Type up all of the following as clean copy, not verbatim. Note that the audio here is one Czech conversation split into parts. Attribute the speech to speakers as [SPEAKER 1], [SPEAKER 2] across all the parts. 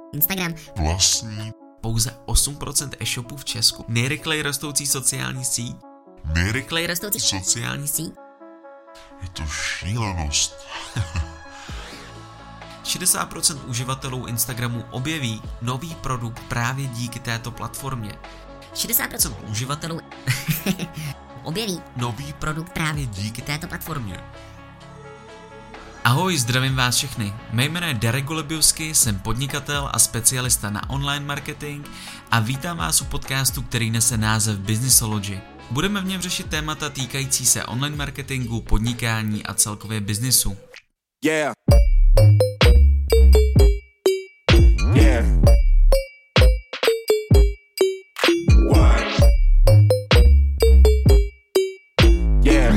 [SPEAKER 1] Instagram
[SPEAKER 2] vlastní
[SPEAKER 3] pouze 8% e-shopů v Česku. Nejrychleji rostoucí sociální síť.
[SPEAKER 1] nejrychleji rostoucí
[SPEAKER 3] Sociální síť.
[SPEAKER 2] Je to šílenost.
[SPEAKER 3] 60% uživatelů Instagramu objeví nový produkt právě díky této platformě.
[SPEAKER 1] 60% uživatelů objeví
[SPEAKER 3] Nový produkt právě díky této platformě. Ahoj, zdravím vás všechny. Mé jméno je Darek Golebiovsky, jsem podnikatel a specialista na online marketing a vítám vás u podcastu, který nese název Businessology. Budeme v něm řešit témata týkající se online marketingu, podnikání a celkově biznisu.
[SPEAKER 4] Yeah. Yeah. What? Yeah.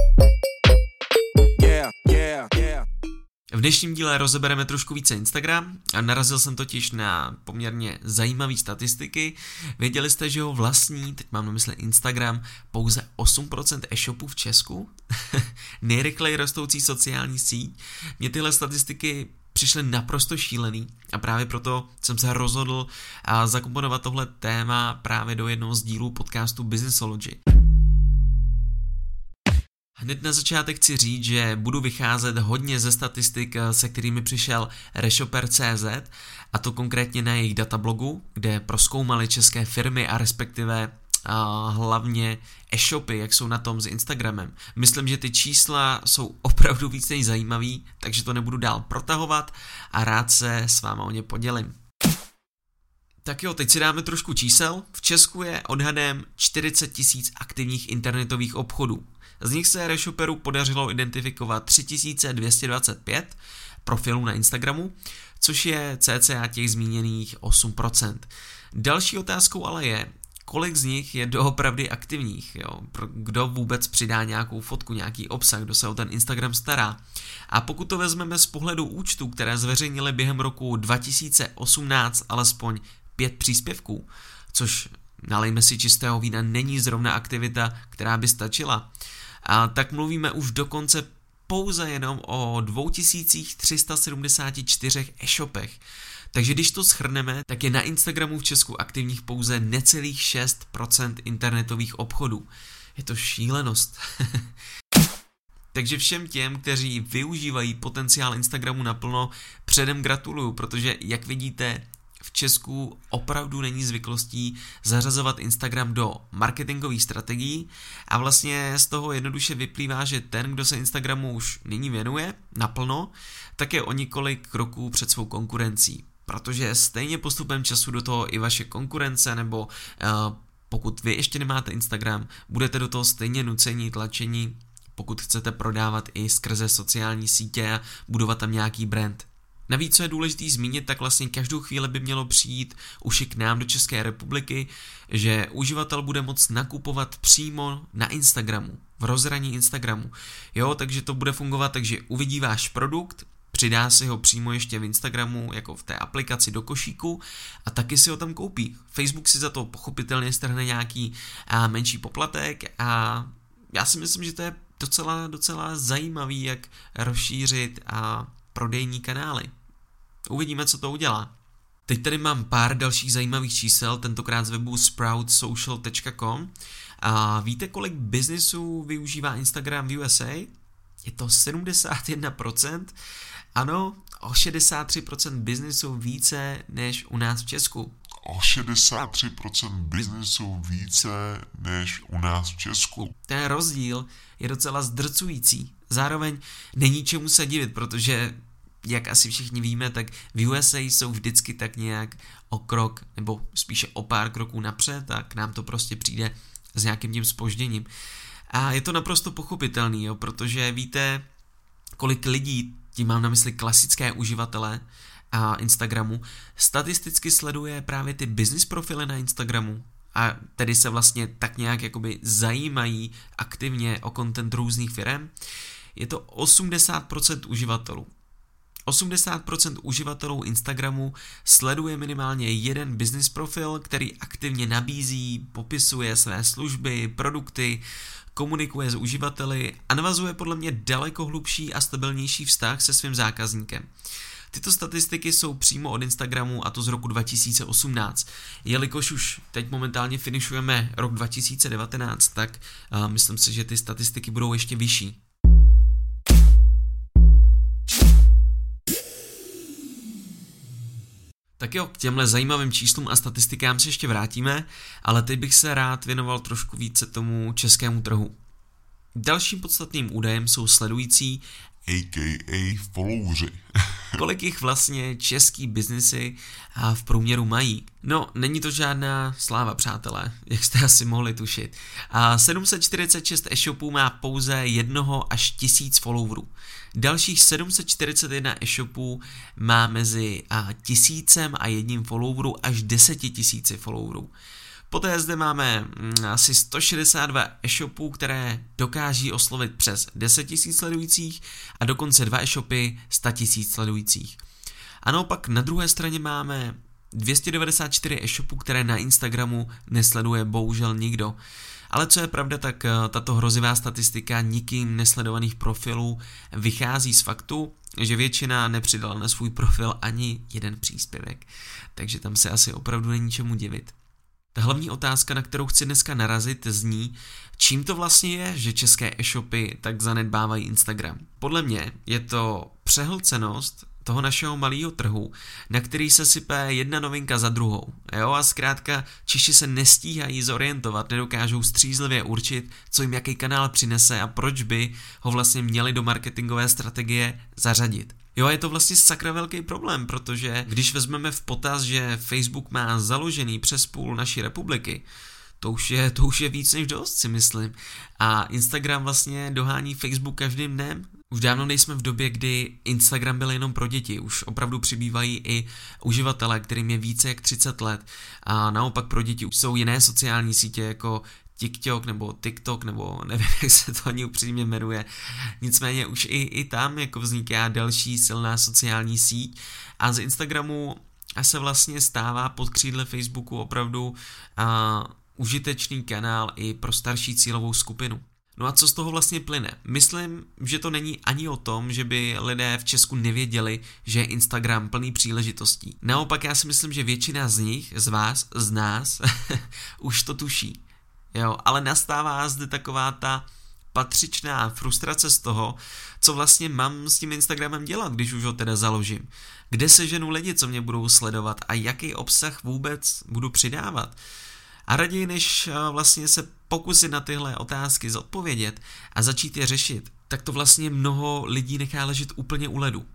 [SPEAKER 4] Yeah, yeah, yeah.
[SPEAKER 3] V dnešním díle rozebereme trošku více Instagram a narazil jsem totiž na poměrně zajímavé statistiky. Věděli jste, že ho vlastní, teď mám na mysli Instagram, pouze 8% e-shopů v Česku? Nejrychleji rostoucí sociální síť. Mně tyhle statistiky přišly naprosto šílený a právě proto jsem se rozhodl zakomponovat tohle téma právě do jednoho z dílů podcastu Businessology. Hned na začátek chci říct, že budu vycházet hodně ze statistik, se kterými přišel Reshopper.cz, a to konkrétně na jejich datablogu, kde prozkoumali české firmy a respektive hlavně e-shopy, jak jsou na tom s Instagramem. Myslím, že ty čísla jsou opravdu víc než zajímavý, takže to nebudu dál protahovat a rád se s váma o ně podělím. Tak jo, teď si dáme trošku čísel. V Česku je odhadem 40 000 aktivních internetových obchodů. Z nich se Reshopperu podařilo identifikovat 3225 profilů na Instagramu, což je cca těch zmíněných 8%. Další otázkou ale je, kolik z nich je doopravdy aktivních, jo? Kdo vůbec přidá nějakou fotku, nějaký obsah, kdo se o ten Instagram stará. A pokud to vezmeme z pohledu účtů, které zveřejnili během roku 2018 alespoň 5 příspěvků, což nalejme si čistého vína, není zrovna aktivita, která by stačila, a tak mluvíme už dokonce pouze jenom o 2374 e-shopech. Takže když to shrneme, tak je na Instagramu v Česku aktivních pouze necelých 6% internetových obchodů. Je to šílenost. Takže všem těm, kteří využívají potenciál Instagramu naplno, předem gratuluju, protože jak vidíte, v Česku opravdu není zvyklostí zařazovat Instagram do marketingových strategií a vlastně z toho jednoduše vyplývá, že ten, kdo se Instagramu už nyní věnuje naplno, tak je o několik kroků před svou konkurencí, protože stejně postupem času do toho i vaše konkurence nebo pokud vy ještě nemáte Instagram, budete do toho stejně nuceni, tlačení, pokud chcete prodávat i skrze sociální sítě a budovat tam nějaký brand. Navíc, co je důležité zmínit, tak vlastně každou chvíli by mělo přijít už i k nám do České republiky, že uživatel bude moct nakupovat přímo na Instagramu, v rozhraní Instagramu. Jo, takže to bude fungovat, takže uvidí váš produkt, přidá si ho přímo ještě v Instagramu, jako v té aplikaci do košíku a taky si ho tam koupí. Facebook si za to pochopitelně strhne nějaký menší poplatek a já si myslím, že to je docela zajímavý, jak rozšířit prodejní kanály. Uvidíme, co to udělá. Teď tady mám pár dalších zajímavých čísel, tentokrát z webu sproutsocial.com. A víte, kolik biznisů využívá Instagram v USA? Je to 71%. Ano, o 63% biznisů více než u nás v Česku.
[SPEAKER 2] O 63% biznesu více než u nás v Česku.
[SPEAKER 3] Ten rozdíl je docela zdrcující. Zároveň není čemu se divit, protože jak asi všichni víme, tak v USA jsou vždycky tak nějak o krok, nebo spíše o pár kroků napřed a k nám to prostě přijde s nějakým tím zpožděním. A je to naprosto pochopitelný, jo, protože víte, kolik lidí, tím mám na mysli klasické uživatele a Instagramu, statisticky sleduje právě ty business profily na Instagramu a tedy se vlastně tak nějak jakoby zajímají aktivně o content různých firem. Je to 80% uživatelů. 80% uživatelů Instagramu sleduje minimálně jeden business profil, který aktivně nabízí, popisuje své služby, produkty, komunikuje s uživateli a navazuje podle mě daleko hlubší a stabilnější vztah se svým zákazníkem. Tyto statistiky jsou přímo od Instagramu a to z roku 2018. Jelikož už teď momentálně finišujeme rok 2019, tak myslím si, že ty statistiky budou ještě vyšší. Tak jo, k těmhle zajímavým číslům a statistikám se ještě vrátíme, ale teď bych se rád věnoval trošku více tomu českému trhu. Dalším podstatným údajem jsou sledující,
[SPEAKER 2] a.k.a. followři.
[SPEAKER 3] Kolik jich vlastně český biznesy v průměru mají. No, není to žádná sláva, přátelé, jak jste asi mohli tušit. 746 e-shopů má pouze 1 až 1000 followerů. Dalších 741 e-shopů má mezi 1000 a 1 followeru až 10 000 followerů. Poté zde máme asi 162 e-shopů, které dokáží oslovit přes 10 000 sledujících a dokonce 2 e-shopy 100 000 sledujících. A naopak na druhé straně máme 294 e-shopů, které na Instagramu nesleduje bohužel nikdo. Ale co je pravda, tak tato hrozivá statistika nikým nesledovaných profilů vychází z faktu, že většina nepřidala na svůj profil ani jeden příspěvek. Takže tam se asi opravdu není čemu divit. Ta hlavní otázka, na kterou chci dneska narazit, zní, čím to vlastně je, že české e-shopy tak zanedbávají Instagram. Podle mě je to přehlcenost toho našeho malého trhu, na který se sype jedna novinka za druhou. Jo? A zkrátka Češi se nestíhají zorientovat, nedokážou střízlivě určit, co jim jaký kanál přinese a proč by ho vlastně měli do marketingové strategie zařadit. Jo, a je to vlastně sakra velký problém, protože když vezmeme v potaz, že Facebook má založený přes půl naší republiky, to už je víc než dost, si myslím. A Instagram vlastně dohání Facebook každým dnem. Už dávno nejsme v době, kdy Instagram byl jenom pro děti. Už opravdu přibývají i uživatelé, kterým je více jak 30 let. A naopak pro děti už jsou jiné sociální sítě jako TikTok nebo nevím, jak se to ani upřímně jmenuje. Nicméně už i tam jako vzniká další silná sociální síť a z Instagramu se vlastně stává pod křídle Facebooku opravdu užitečný kanál i pro starší cílovou skupinu. No a co z toho vlastně plyne? Myslím, že to není ani o tom, že by lidé v Česku nevěděli, že je Instagram plný příležitostí. Naopak já si myslím, že většina z nich, z vás, z nás, už to tuší. Jo, ale nastává zde taková ta patřičná frustrace z toho, co vlastně mám s tím Instagramem dělat, když už ho teda založím. Kde seženu lidi, co mě budou sledovat a jaký obsah vůbec budu přidávat. A raději, než vlastně se pokusit na tyhle otázky zodpovědět a začít je řešit, tak to vlastně mnoho lidí nechá ležet úplně u ledu.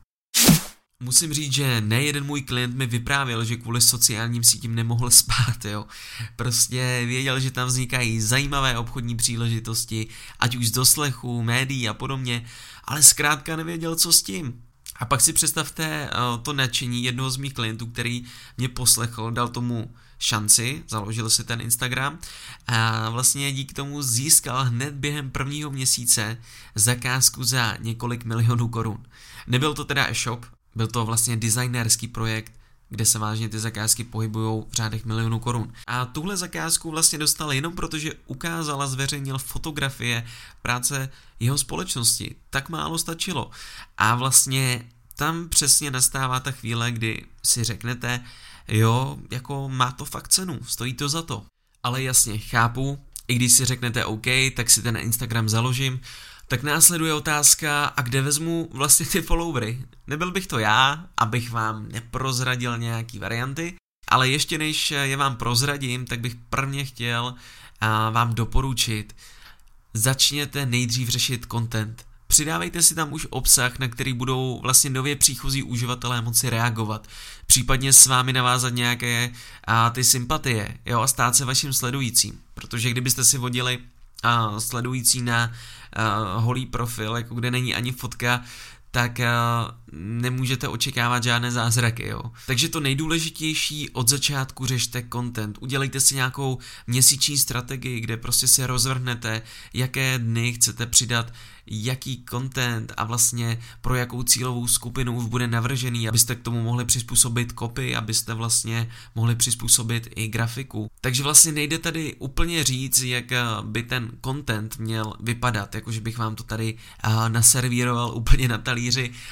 [SPEAKER 3] Musím říct, že nejeden můj klient mi vyprávěl, že kvůli sociálním sítím nemohl spát, jo. Prostě věděl, že tam vznikají zajímavé obchodní příležitosti, ať už z doslechů, médií a podobně, ale zkrátka nevěděl, co s tím. A pak si představte to nadšení jednoho z mých klientů, který mě poslechl, dal tomu šanci, založil si ten Instagram a vlastně díky tomu získal hned během prvního měsíce zakázku za několik milionů korun. Nebyl to teda e-shop, byl to vlastně designérský projekt, kde se vážně ty zakázky pohybují v řádech milionů korun. A tuhle zakázku vlastně dostal jenom proto, že ukázal a zveřejnil fotografie práce jeho společnosti. Tak málo stačilo. A vlastně tam přesně nastává ta chvíle, kdy si řeknete, jo, jako má to fakt cenu, stojí to za to. Ale jasně, chápu, i když si řeknete OK, tak si ten Instagram založím, tak následuje otázka, a kde vezmu vlastně ty followery? Nebyl bych to já, abych vám neprozradil nějaký varianty, ale ještě než je vám prozradím, tak bych prvně chtěl vám doporučit, začněte nejdřív řešit content. Přidávejte si tam už obsah, na který budou vlastně nově příchozí uživatelé moci reagovat. Případně s vámi navázat nějaké ty sympatie, jo, a stát se vaším sledujícím. Protože kdybyste si vodili sledující na holý profil, jako kde není ani fotka, tak nemůžete očekávat žádné zázraky, jo. Takže to nejdůležitější od začátku řešte content. Udělejte si nějakou měsíční strategii, kde prostě se rozvrhnete, jaké dny chcete přidat, jaký content a vlastně pro jakou cílovou skupinu už bude navržený, abyste k tomu mohli přizpůsobit copy, abyste vlastně mohli přizpůsobit i grafiku. Takže vlastně nejde tady úplně říct, jak by ten content měl vypadat, jakože bych vám to tady naservíroval úplně na talíři, to takhle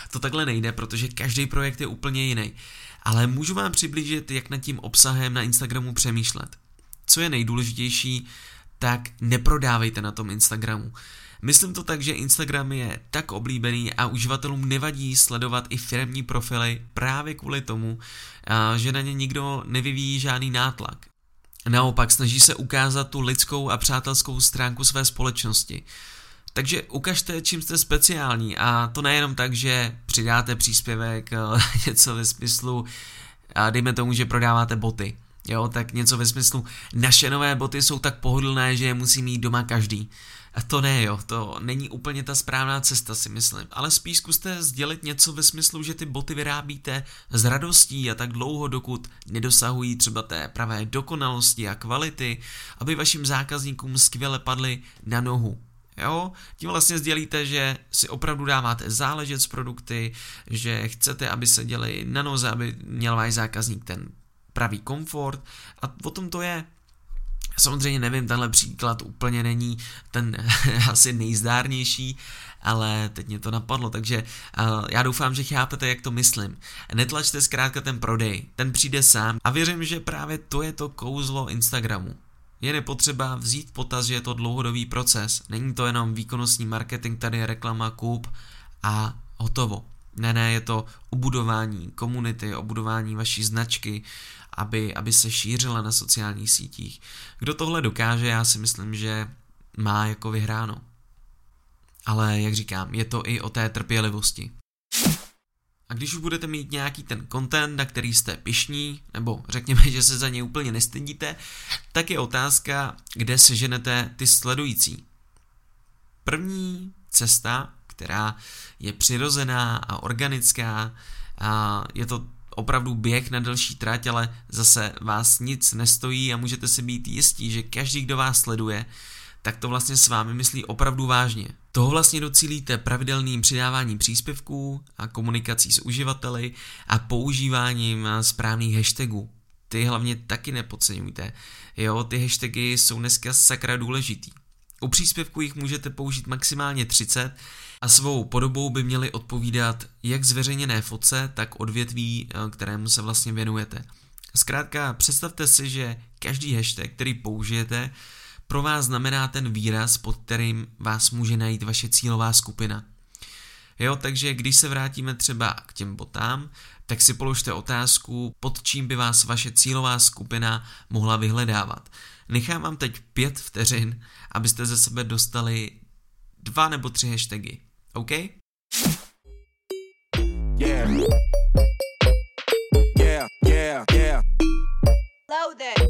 [SPEAKER 3] nejde, protože každý projekt je úplně jiný. Ale můžu vám přiblížit, jak nad tím obsahem na Instagramu přemýšlet. Co je nejdůležitější, tak neprodávejte na tom Instagramu. Myslím to tak, že Instagram je tak oblíbený a uživatelům nevadí sledovat i firemní profily právě kvůli tomu, že na ně nikdo nevyvíjí žádný nátlak. Naopak snaží se ukázat tu lidskou a přátelskou stránku své společnosti. Takže ukažte, čím jste speciální, a to nejenom tak, že přidáte příspěvek, něco ve smyslu, dejme tomu, že prodáváte boty. Jo, tak něco ve smyslu, naše nové boty jsou tak pohodlné, že je musí mít doma každý. A to ne, jo, to není úplně ta správná cesta, si myslím. Ale spíš zkuste sdělit něco ve smyslu, že ty boty vyrábíte s radostí a tak dlouho, dokud nedosahují třeba té pravé dokonalosti a kvality, aby vašim zákazníkům skvěle padly na nohu. Jo, tím vlastně sdělíte, že si opravdu dáváte záležet z produkty, že chcete, aby se děli na noze, aby měl váš zákazník ten pravý komfort, a o tom to je. Samozřejmě nevím, tenhle příklad úplně není ten asi nejzdárnější, ale teď mě to napadlo, takže já doufám, že chápete, jak to myslím. Netlačte zkrátka ten prodej, ten přijde sám, a věřím, že právě to je to kouzlo Instagramu. Je nepotřeba vzít v potaz, že je to dlouhodobý proces, není to jenom výkonnostní marketing, tady je reklama, kup a hotovo. Ne, je to o budování komunity, o budování vaší značky, aby se šířila na sociálních sítích. Kdo tohle dokáže, já si myslím, že má jako vyhráno. Ale jak říkám, je to i o té trpělivosti. A když už budete mít nějaký ten content, na který jste pyšní, nebo řekněme, že se za něj úplně nestydíte, tak je otázka, kde seženete ty sledující. První cesta, která je přirozená a organická, a je to opravdu běh na delší trať, ale zase vás nic nestojí a můžete si být jistí, že každý, kdo vás sleduje, tak to vlastně s vámi myslí opravdu vážně. Toho vlastně docílíte pravidelným přidáváním příspěvků a komunikací s uživateli a používáním správných hashtagů. Ty hlavně taky nepodceňujte. Jo, ty hashtagy jsou dneska sakra důležitý. U příspěvků jich můžete použít maximálně 30 a svou podobou by měly odpovídat jak zveřejněné fotce, tak odvětví, kterému se vlastně věnujete. Zkrátka představte si, že každý hashtag, který použijete, pro vás znamená ten výraz, pod kterým vás může najít vaše cílová skupina. Jo, takže když se vrátíme třeba k těm botám, tak si položte otázku, pod čím by vás vaše cílová skupina mohla vyhledávat. Nechám vám teď 5 vteřin, abyste ze sebe dostali 2 nebo 3 hashtagy. OK?
[SPEAKER 4] Yeah. Yeah, yeah, yeah.
[SPEAKER 5] Loaded.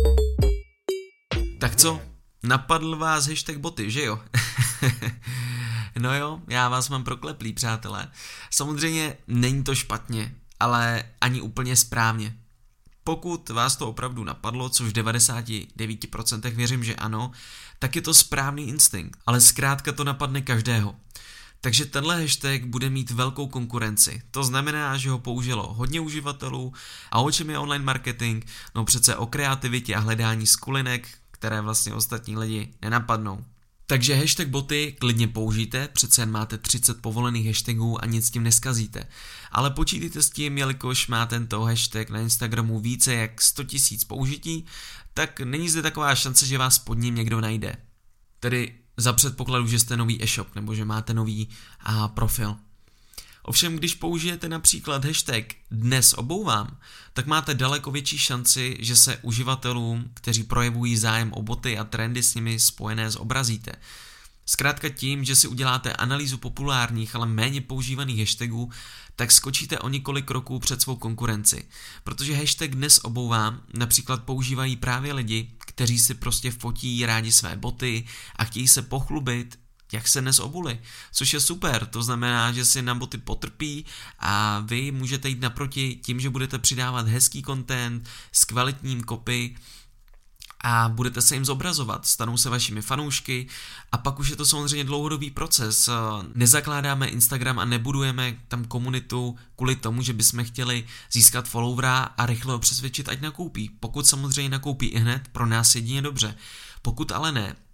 [SPEAKER 3] Tak co? Napadl vás hashtag boty, že jo? No jo, já vás mám prokleplý, přátelé. Samozřejmě není to špatně, ale ani úplně správně. Pokud vás to opravdu napadlo, což v 99% věřím, že ano, tak je to správný instinkt, ale zkrátka to napadne každého. Takže tenhle hashtag bude mít velkou konkurenci. To znamená, že ho použilo hodně uživatelů. A o čem je online marketing? No přece o kreativitě a hledání skulinek, které vlastně ostatní lidi nenapadnou. Takže hashtag boty klidně použijte, přece jen máte 30 povolených hashtagů a nic s tím neskazíte. Ale počítejte s tím, jelikož má tento hashtag na Instagramu více jak 100 000 použití, tak není zde taková šance, že vás pod ním někdo najde. Tedy za předpokladu, že jste nový e-shop nebo že máte nový profil. Ovšem, když použijete například hashtag dnes obouvám, tak máte daleko větší šanci, že se uživatelům, kteří projevují zájem o boty a trendy s nimi spojené, zobrazíte. Zkrátka tím, že si uděláte analýzu populárních, ale méně používaných hashtagů, tak skočíte o několik kroků před svou konkurenci. Protože hashtag dnes obouvám například používají právě lidi, kteří si prostě fotí rádi své boty a chtějí se pochlubit, jak se dnes obuli, což je super, to znamená, že si na boty potrpí a vy můžete jít naproti tím, že budete přidávat hezký content s kvalitním copy a budete se jim zobrazovat, stanou se vašimi fanoušky a pak už je to samozřejmě dlouhodobý proces. Nezakládáme Instagram a nebudujeme tam komunitu kvůli tomu, že bychom chtěli získat followera a rychle ho přesvědčit, ať nakoupí. Pokud samozřejmě nakoupí i hned, pro nás jedině dobře. Pokud ale ne,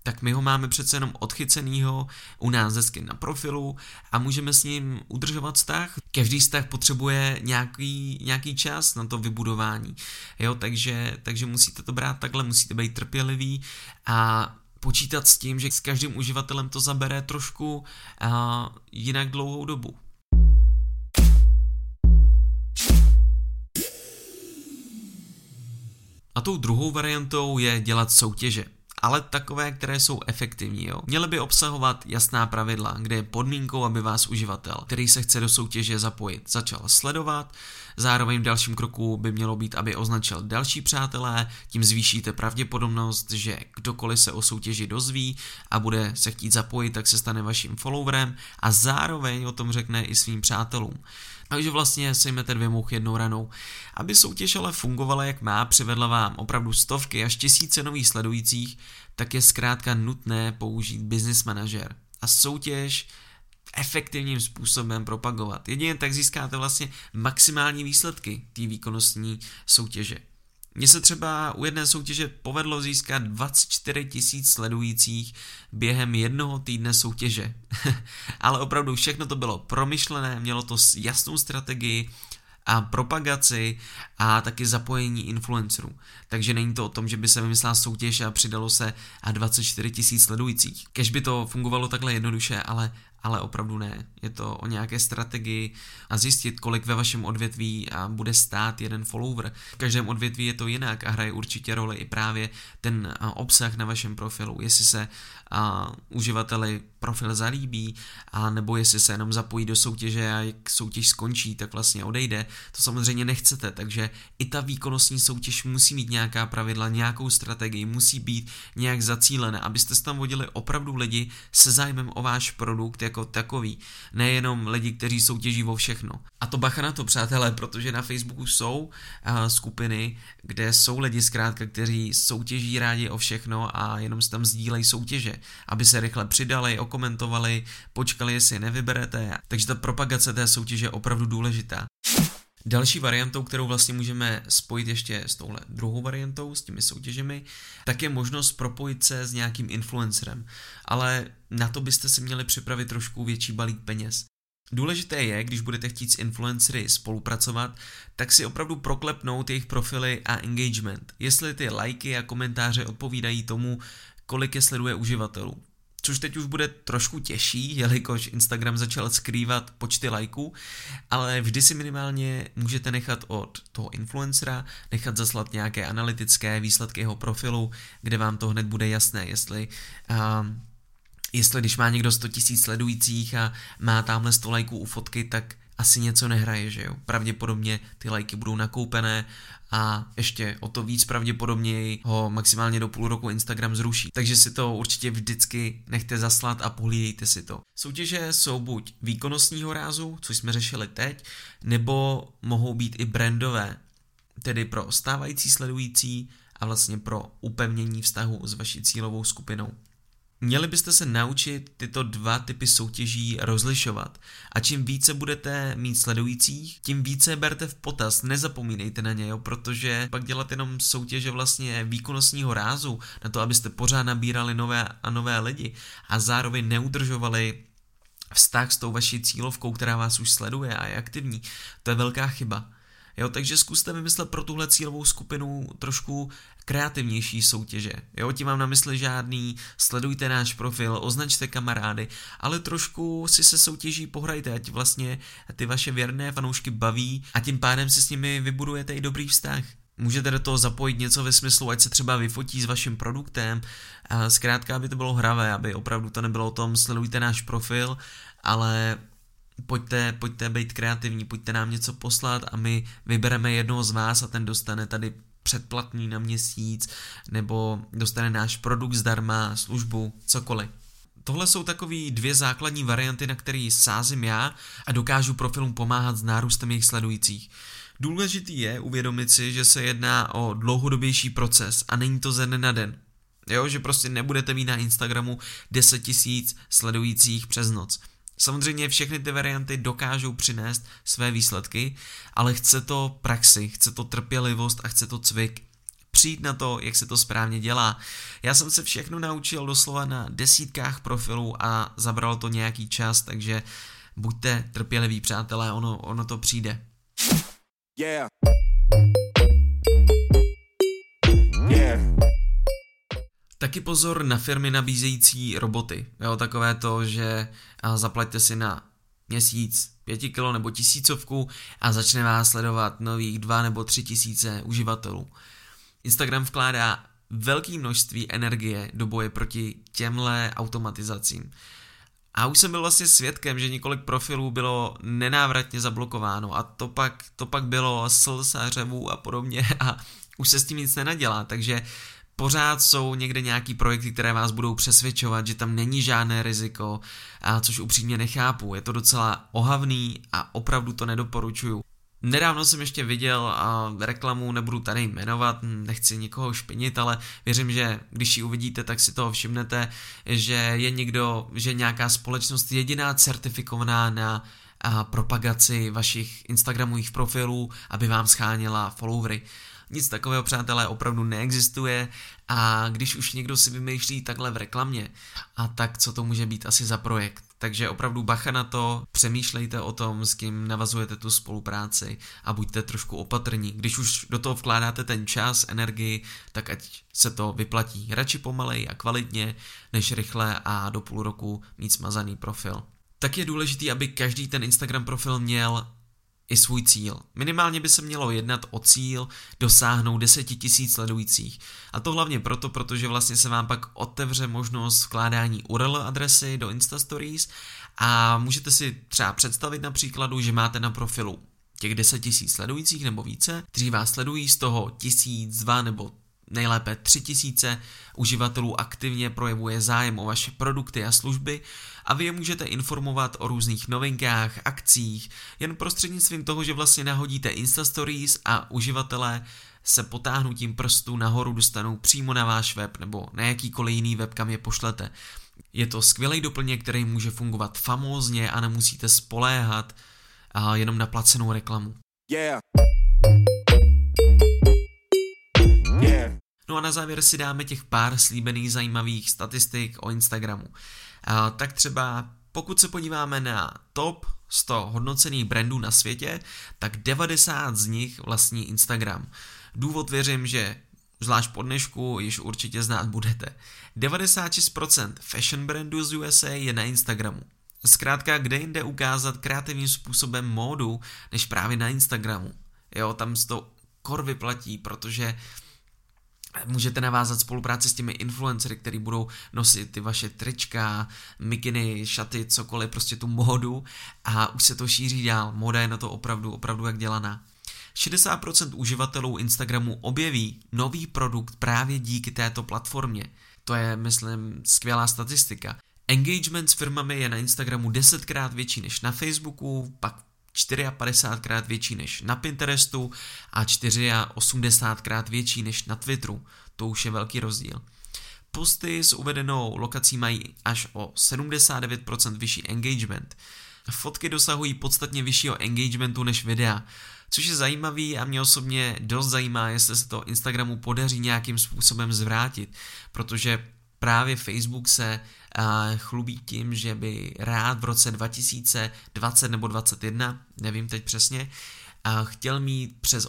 [SPEAKER 3] tak my ho máme přece jenom odchycenýho u nás hezky na profilu a můžeme s ním udržovat vztah. Každý vztah potřebuje nějaký čas na to vybudování, jo, takže musíte to brát takhle, musíte být trpěliví a počítat s tím, že s každým uživatelem to zabere trošku jinak dlouhou dobu. A tou druhou variantou je dělat soutěže, ale takové, které jsou efektivní. Jo. Měly by obsahovat jasná pravidla, kde je podmínkou, aby vás uživatel, který se chce do soutěže zapojit, začal sledovat. Zároveň v dalším kroku by mělo být, aby označil další přátelé, tím zvýšíte pravděpodobnost, že kdokoliv se o soutěži dozví a bude se chtít zapojit, tak se stane vaším followerem a zároveň o tom řekne i svým přátelům. Takže vlastně sejmete 2 mouchy jednou ranou. Aby soutěž ale fungovala jak má, přivedla vám opravdu stovky až tisíce nových sledujících, tak je zkrátka nutné použít business manažer a soutěž efektivním způsobem propagovat. Jedině tak získáte vlastně maximální výsledky té výkonnostní soutěže. Mně se třeba u jedné soutěže povedlo získat 24 000 sledujících během 1 týdne soutěže. Ale opravdu všechno to bylo promyšlené, mělo to jasnou strategii a propagaci a taky zapojení influencerů. Takže není to o tom, že by se vymyslela soutěž a přidalo se 24 000 sledujících. Kež by to fungovalo takhle jednoduše, ale opravdu ne. Je to o nějaké strategii a zjistit, kolik ve vašem odvětví bude stát jeden follower. V každém odvětví je to jinak a hraje určitě roli i právě ten obsah na vašem profilu. Jestli se uživateli profil zalíbí, a nebo jestli se jenom zapojí do soutěže a jak soutěž skončí, tak vlastně odejde. To samozřejmě nechcete, takže i ta výkonnostní soutěž musí mít nějaká pravidla, nějakou strategii, musí být nějak zacílená, abyste tam vodili opravdu lidi se zájmem o váš produkt jako takový, nejenom lidi, kteří soutěží o všechno. A to bacha na to, přátelé, protože na Facebooku jsou skupiny, kde jsou lidi zkrátka, kteří soutěží rádi o všechno a jenom si tam sdílejí soutěže, aby se rychle přidali, okomentovali, počkali, jestli je nevyberete. Takže ta propagace té soutěže je opravdu důležitá. Další variantou, kterou vlastně můžeme spojit ještě s touhle druhou variantou, s těmi soutěžemi, tak je možnost propojit se s nějakým influencerem, ale na to byste si měli připravit trošku větší balík peněz. Důležité je, když budete chtít s influencery spolupracovat, tak si opravdu proklepnout jejich profily a engagement, jestli ty lajky a komentáře odpovídají tomu, kolik je sleduje uživatelů. Což teď už bude trošku těžší, jelikož Instagram začal skrývat počty lajků, ale vždy si minimálně můžete nechat od toho influencera, nechat zaslat nějaké analytické výsledky jeho profilu, kde vám to hned bude jasné, jestli když má někdo 100 000 sledujících a má tamhle 100 lajků u fotky, tak asi něco nehraje, že jo? Pravděpodobně ty lajky budou nakoupené a ještě o to víc pravděpodobně ho maximálně do půl roku Instagram zruší. Takže si to určitě vždycky nechte zaslat a pohlídejte si to. Soutěže jsou buď výkonnostního rázu, což jsme řešili teď, nebo mohou být i brandové, tedy pro stávající sledující a vlastně pro upevnění vztahu s vaší cílovou skupinou. Měli byste se naučit tyto 2 typy soutěží rozlišovat a čím více budete mít sledujících, tím více berte v potaz, nezapomínejte na ně, jo, protože pak dělat jenom soutěže vlastně výkonnostního rázu na to, abyste pořád nabírali nové a nové lidi a zároveň neudržovali vztah s tou vaší cílovkou, která vás už sleduje a je aktivní, to je velká chyba. Jo, takže zkuste vymyslet pro tuhle cílovou skupinu trošku kreativnější soutěže. Jo, tím mám na mysli žádný, sledujte náš profil, označte kamarády, ale trošku si se soutěží pohrajte, ať vlastně ty vaše věrné fanoušky baví a tím pádem si s nimi vybudujete i dobrý vztah. Můžete do toho zapojit něco ve smyslu, ať se třeba vyfotí s vaším produktem, a zkrátka, aby to bylo hravé, aby opravdu to nebylo o tom, sledujte náš profil, ale pojďte být kreativní, pojďte nám něco poslat a my vybereme jednoho z vás a ten dostane tady předplatný na měsíc nebo dostane náš produkt zdarma, službu, cokoliv. Tohle jsou takový 2 základní varianty, na které sázím já a dokážu profilům pomáhat s nárůstem jejich sledujících. Důležitý je uvědomit si, že se jedná o dlouhodobější proces a není to ze dne na den. Jo, že prostě nebudete mít na Instagramu 10 000 sledujících přes noc. Samozřejmě všechny ty varianty dokážou přinést své výsledky, ale chce to praxi, chce to trpělivost a chce to cvik. přijít na to, jak se to správně dělá. Já jsem se všechno naučil doslova na desítkách profilů a zabralo to nějaký čas, takže buďte trpěliví, přátelé, ono to přijde.
[SPEAKER 4] Yeah. Yeah.
[SPEAKER 3] Taky pozor na firmy nabízející roboty. Jo, takové to, že zaplaťte si na měsíc 5 kilo nebo 1000 a začne vás sledovat nových 2 nebo 3 tisíce uživatelů. Instagram vkládá velké množství energie do boje proti těmhle automatizacím. A už jsem byl vlastně svědkem, že několik profilů bylo nenávratně zablokováno a to pak bylo slz a řevů a podobně a už se s tím nic nenadělá, takže pořád jsou někde nějaký projekty, které vás budou přesvědčovat, že tam není žádné riziko, a což upřímně nechápu. Je to docela ohavný a opravdu to nedoporučuju. Nedávno jsem ještě viděl reklamu, nebudu tady jmenovat, nechci nikoho špinit, ale věřím, že když ji uvidíte, tak si toho všimnete, že je nějaká společnost jediná certifikovaná na propagaci vašich Instagramových profilů, aby vám scháněla followery. Nic takového, přátelé, opravdu neexistuje a když už někdo si vymýšlí takhle v reklamě, a tak co to může být asi za projekt. Takže opravdu bacha na to, přemýšlejte o tom, s kým navazujete tu spolupráci a buďte trošku opatrní. Když už do toho vkládáte ten čas, energii, tak ať se to vyplatí. Radši pomalej a kvalitně, než rychle a do půl roku mít smazaný profil. Tak je důležitý, aby každý ten Instagram profil měl i svůj cíl. Minimálně by se mělo jednat o cíl dosáhnout 10 000 sledujících. A to hlavně proto, protože vlastně se vám pak otevře možnost vkládání URL adresy do Insta Stories a můžete si třeba představit na příkladu, že máte na profilu těch 10 000 sledujících nebo více, kteří vás sledují, z toho 1000, 2 nebo nejlépe 3000 uživatelů aktivně projevuje zájem o vaše produkty a služby a vy je můžete informovat o různých novinkách, akcích, jen prostřednictvím toho, že vlastně nahodíte Insta Stories a uživatelé se potáhnutím prstů nahoru dostanou přímo na váš web nebo na jakýkoliv jiný web, kam je pošlete. Je to skvělý doplněk, který může fungovat famózně a nemusíte spoléhat jenom na placenou reklamu.
[SPEAKER 4] Yeah.
[SPEAKER 3] No a na závěr si dáme těch pár slíbených zajímavých statistik o Instagramu. Tak třeba pokud se podíváme na top 100 hodnocených brandů na světě, tak 90 z nich vlastní Instagram. Důvod věřím, že zvlášť po dnešku již určitě znát budete. 96% fashion brandů z USA je na Instagramu. Zkrátka, kde jinde ukázat kreativním způsobem módu, než právě na Instagramu. Jo, tam se to vyplatí, protože můžete navázat spolupráci s těmi influencery, kteří budou nosit ty vaše trička, mikiny, šaty, cokoliv, prostě tu módu a už se to šíří dál. Móda je na to opravdu jak dělaná. 60% uživatelů Instagramu objeví nový produkt právě díky této platformě. To je, myslím, skvělá statistika. Engagement s firmami je na Instagramu 10krát větší než na Facebooku, pak 54krát větší než na Pinterestu a 84krát větší než na Twitteru. To už je velký rozdíl. Posty s uvedenou lokací mají až o 79% vyšší engagement. Fotky dosahují podstatně vyššího engagementu než videa, což je zajímavý a mě osobně dost zajímá, jestli se to Instagramu podaří nějakým způsobem zvrátit, protože právě Facebook se chlubí tím, že by rád v roce 2020 nebo 2021, nevím teď přesně, chtěl mít přes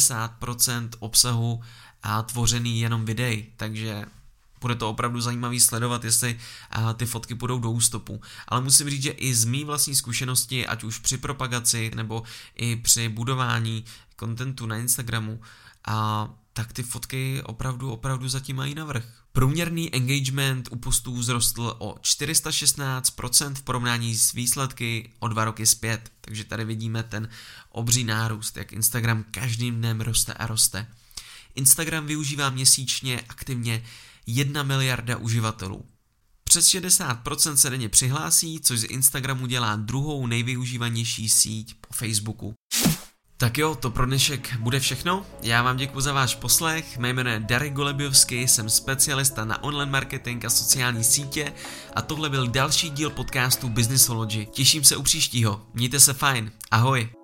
[SPEAKER 3] 80% obsahu tvořený jenom videí, takže bude to opravdu zajímavý sledovat, jestli ty fotky půjdou do ústupu. Ale musím říct, že i z mý vlastní zkušenosti, ať už při propagaci nebo i při budování kontentu na Instagramu, tak ty fotky opravdu zatím mají navrch. Průměrný engagement u postů vzrostl o 416% v porovnání s výsledky o 2 roky zpět. Takže tady vidíme ten obří nárůst, jak Instagram každým dnem roste a roste. Instagram využívá měsíčně aktivně 1 miliarda uživatelů. Přes 60% se denně přihlásí, což z Instagramu dělá druhou nejvyužívanější síť po Facebooku. Tak jo, to pro dnešek bude všechno. Já vám děkuji za váš poslech. Mé jméno je Darek Golebiovský, jsem specialista na online marketing a sociální sítě a tohle byl další díl podcastu Businessology. Těším se u příštího. Mějte se fajn. Ahoj.